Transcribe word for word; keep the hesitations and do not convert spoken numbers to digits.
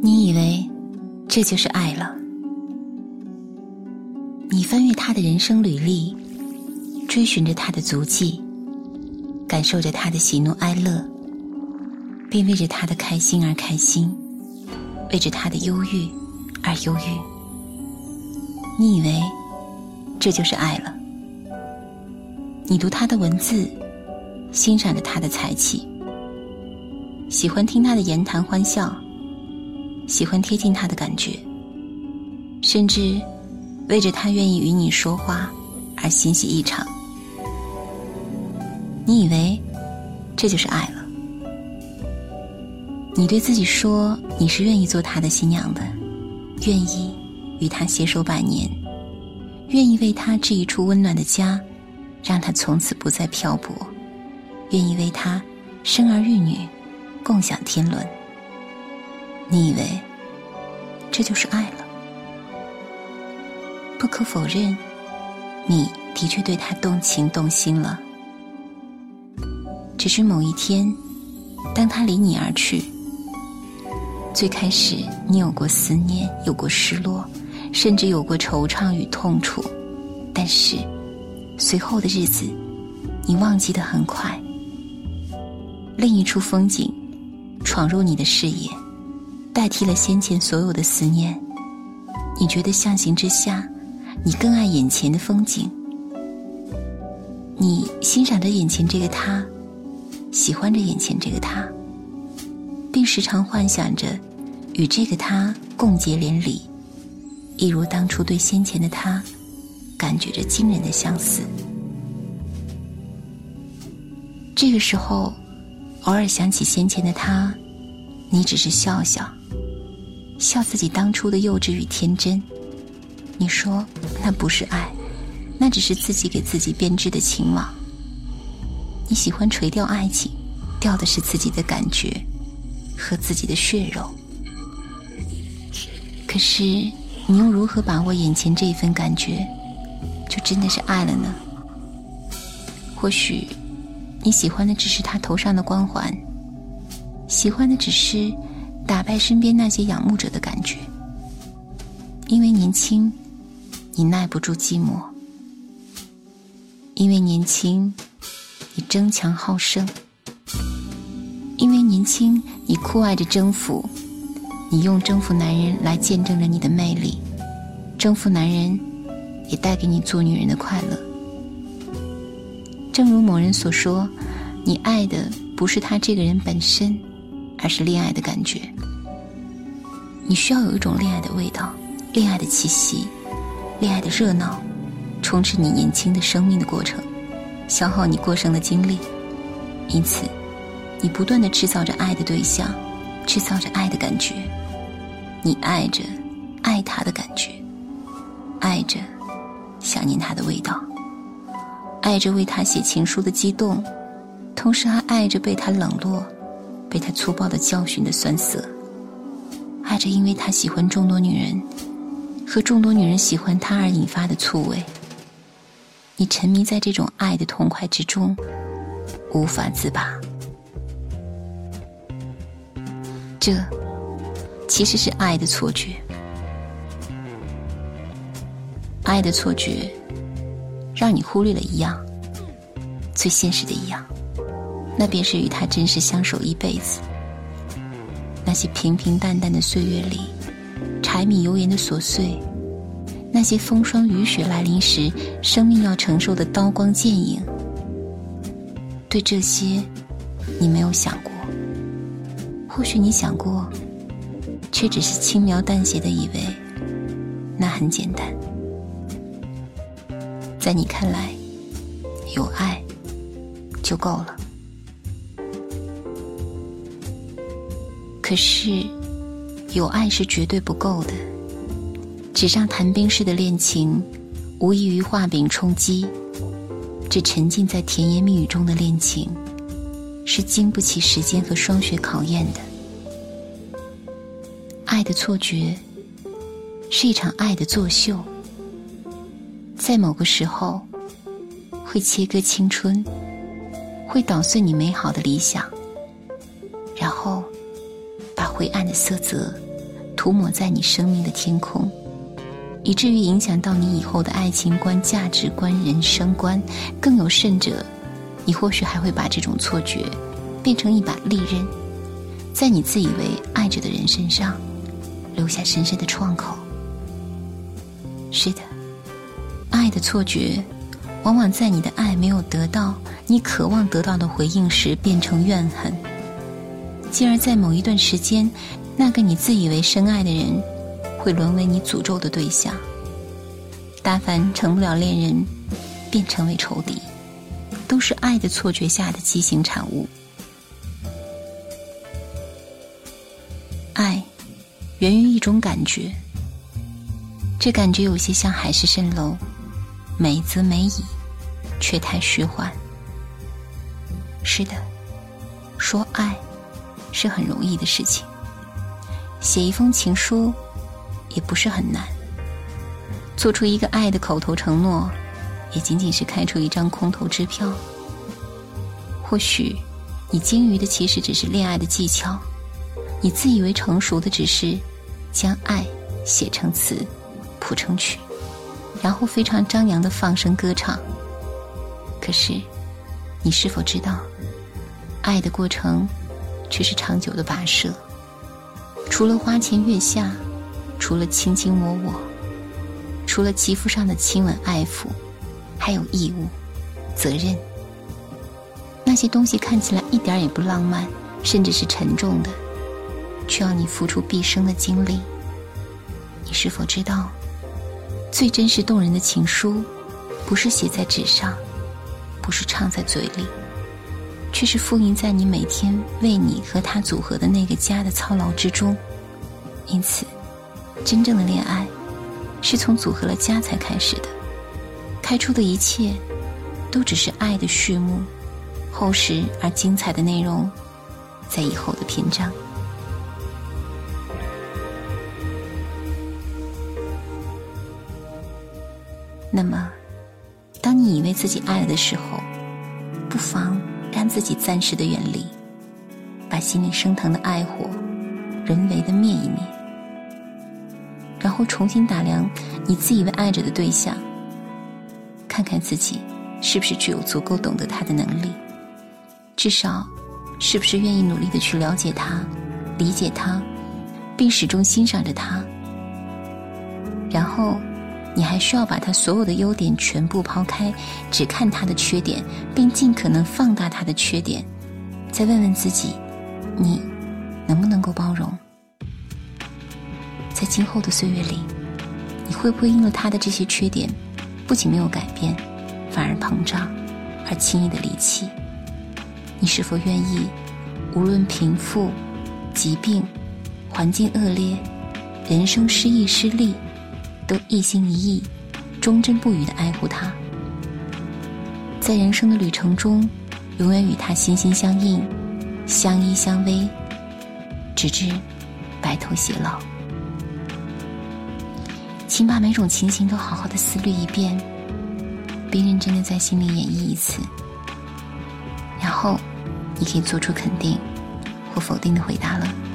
你以为这就是爱了，你翻阅他的人生履历，追寻着他的足迹，感受着他的喜怒哀乐，并为着他的开心而开心，为着他的忧郁而忧郁。你以为这就是爱了，你读他的文字，欣赏着他的才气，喜欢听他的言谈欢笑，喜欢贴近他的感觉，甚至为着他愿意与你说话而欣喜异常。你以为这就是爱了，你对自己说你是愿意做他的新娘的，愿意与他携手百年，愿意为他织一处温暖的家，让他从此不再漂泊，愿意为他生儿育女，共享天伦。你以为这就是爱了？不可否认，你的确对他动情动心了。只是某一天，当他离你而去，最开始你有过思念，有过失落，甚至有过惆怅与痛楚，但是随后的日子你忘记得很快。另一处风景闯入你的视野，代替了先前所有的思念，你觉得相形之下，你更爱眼前的风景。你欣赏着眼前这个他，喜欢着眼前这个他，并时常幻想着与这个他共结连理，一如当初对先前的他感觉着惊人的相似。这个时候偶尔想起先前的他，你只是笑笑，笑自己当初的幼稚与天真。你说那不是爱，那只是自己给自己编织的情网。你喜欢垂钓爱情，钓的是自己的感觉和自己的血肉。可是你又如何把握眼前这一份感觉，就真的是爱了呢？或许你喜欢的只是他头上的光环，喜欢的只是打败身边那些仰慕者的感觉。因为年轻，你耐不住寂寞；因为年轻，你争强好胜；因为年轻，你酷爱着征服。你用征服男人来见证着你的魅力，征服男人也带给你做女人的快乐。正如某人所说，你爱的不是他这个人本身，而是恋爱的感觉。你需要有一种恋爱的味道，恋爱的气息，恋爱的热闹，充斥你年轻的生命的过程，消耗你过剩的精力。因此你不断地制造着爱的对象，制造着爱的感觉。你爱着爱他的感觉，爱着想念他的味道，爱着为他写情书的激动，同时还爱着被他冷落，被他粗暴的教训的酸涩，爱着因为他喜欢众多女人和众多女人喜欢他而引发的醋味。你沉迷在这种爱的痛快之中，无法自拔。这其实是爱的错觉。爱的错觉让你忽略了一样，最现实的一样，那便是与他真实相守一辈子。那些平平淡淡的岁月里，柴米油盐的琐碎，那些风霜雨雪来临时生命要承受的刀光剑影，对这些你没有想过。或许你想过，却只是轻描淡写的以为那很简单。在你看来，有爱就够了。可是有爱是绝对不够的，纸上谈兵式的恋情无异于画饼充饥，这沉浸在甜言蜜语中的恋情是经不起时间和霜雪考验的。爱的错觉是一场爱的作秀，在某个时候会切割青春，会捣碎你美好的理想，然后把灰暗的色泽涂抹在你生命的天空，以至于影响到你以后的爱情观、价值观、人生观。更有甚者，你或许还会把这种错觉变成一把利刃，在你自以为爱着的人身上留下深深的创口。是的，爱的错觉往往在你的爱没有得到你渴望得到的回应时变成怨恨，进而在某一段时间，那个你自以为深爱的人会沦为你诅咒的对象。大凡成不了恋人，便成为仇敌，都是爱的错觉下的畸形产物。爱源于一种感觉，这感觉有些像海市蜃楼，美则美矣，却太虚幻。是的，说爱是很容易的事情，写一封情书也不是很难，做出一个爱的口头承诺也仅仅是开出一张空头支票。或许你精于的其实只是恋爱的技巧，你自以为成熟的只是将爱写成词谱成曲，然后非常张扬地放声歌唱。可是你是否知道，爱的过程却是长久的跋涉，除了花前月下，除了卿卿我我，除了肌肤上的亲吻爱抚，还有义务、责任。那些东西看起来一点也不浪漫，甚至是沉重的，却要你付出毕生的精力。你是否知道，最真实动人的情书不是写在纸上，不是唱在嘴里，却是复印在你每天为你和他组合的那个家的操劳之中。因此真正的恋爱是从组合了家才开始的，开出的一切都只是爱的序幕，厚实而精彩的内容在以后的篇章。那么当你以为自己爱了的时候，不妨让自己暂时的远离，把心里升腾的爱火人为的灭一灭，然后重新打量你自以为爱着的对象，看看自己是不是具有足够懂得他的能力，至少是不是愿意努力地去了解他、理解他，并始终欣赏着他。然后你还需要把他所有的优点全部抛开，只看他的缺点，并尽可能放大他的缺点，再问问自己，你能不能够包容？在今后的岁月里，你会不会因为他的这些缺点不仅没有改变，反而膨胀而轻易的离弃？你是否愿意无论贫富、疾病、环境恶劣、人生失意失利，都一心一意、忠贞不渝地爱护他，在人生的旅程中永远与他心心相印、相依相偎，直至白头偕老？请把每种情形都好好的思虑一遍，并认真地在心里演绎一次，然后你可以做出肯定或否定的回答了。